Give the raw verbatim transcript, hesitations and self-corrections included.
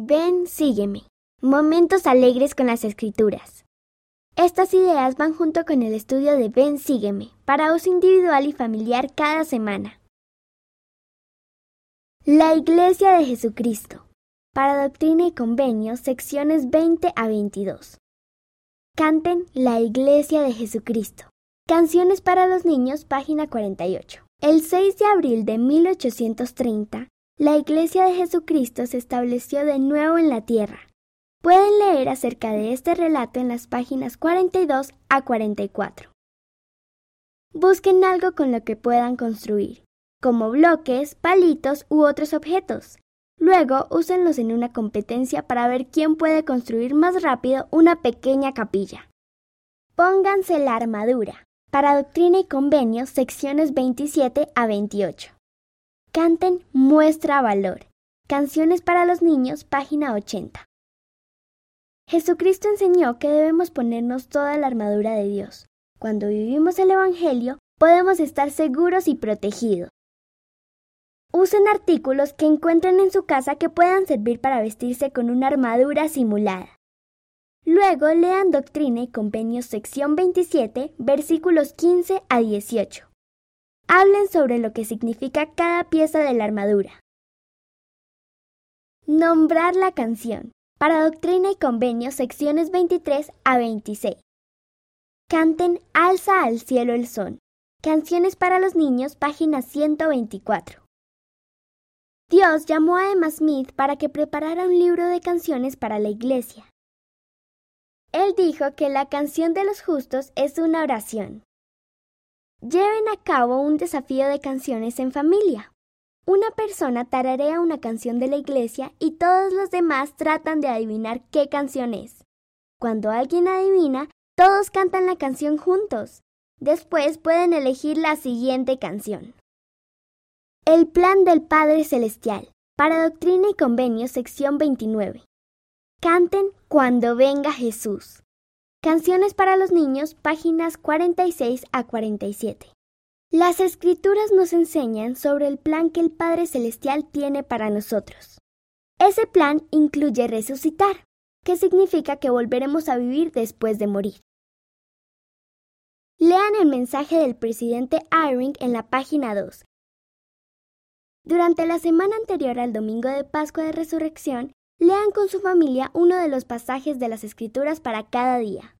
Ven, sígueme. Momentos alegres con las Escrituras. Estas ideas van junto con el estudio de Ven, sígueme, para uso individual y familiar cada semana. La Iglesia de Jesucristo. Para Doctrina y Convenios, secciones veinte a veintidós. Canten La Iglesia de Jesucristo. Canciones para los niños, página cuarenta y ocho. El seis de abril de mil ochocientos treinta, la Iglesia de Jesucristo se estableció de nuevo en la tierra. Pueden leer acerca de este relato en las páginas cuarenta y dos a cuarenta y cuatro. Busquen algo con lo que puedan construir, como bloques, palitos u otros objetos. Luego, úsenlos en una competencia para ver quién puede construir más rápido una pequeña capilla. Pónganse la armadura. Para Doctrina y Convenios, secciones veintisiete a veintiocho. Canten Muestra Valor. Canciones para los niños, página ochenta. Jesucristo enseñó que debemos ponernos toda la armadura de Dios. Cuando vivimos el Evangelio, podemos estar seguros y protegidos. Usen artículos que encuentren en su casa que puedan servir para vestirse con una armadura simulada. Luego lean Doctrina y Convenios sección veintisiete, versículos quince a dieciocho. Hablen sobre lo que significa cada pieza de la armadura. Nombrar la canción. Para Doctrina y Convenios secciones veintitrés a veintiséis. Canten Alza al cielo el son. Canciones para los niños, página ciento veinticuatro. Dios llamó a Emma Smith para que preparara un libro de canciones para la iglesia. Él dijo que la canción de los justos es una oración. Lleven a cabo un desafío de canciones en familia. Una persona tararea una canción de la iglesia y todos los demás tratan de adivinar qué canción es. Cuando alguien adivina, todos cantan la canción juntos. Después pueden elegir la siguiente canción. El plan del Padre Celestial. Para Doctrina y Convenios, sección veintinueve. Canten Cuando venga Jesús. Canciones para los niños, páginas cuarenta y seis a cuarenta y siete. Las Escrituras nos enseñan sobre el plan que el Padre Celestial tiene para nosotros. Ese plan incluye resucitar, que significa que volveremos a vivir después de morir. Lean el mensaje del presidente Eyring en la página dos. Durante la semana anterior al domingo de Pascua de Resurrección, lean con su familia uno de los pasajes de las Escrituras para cada día.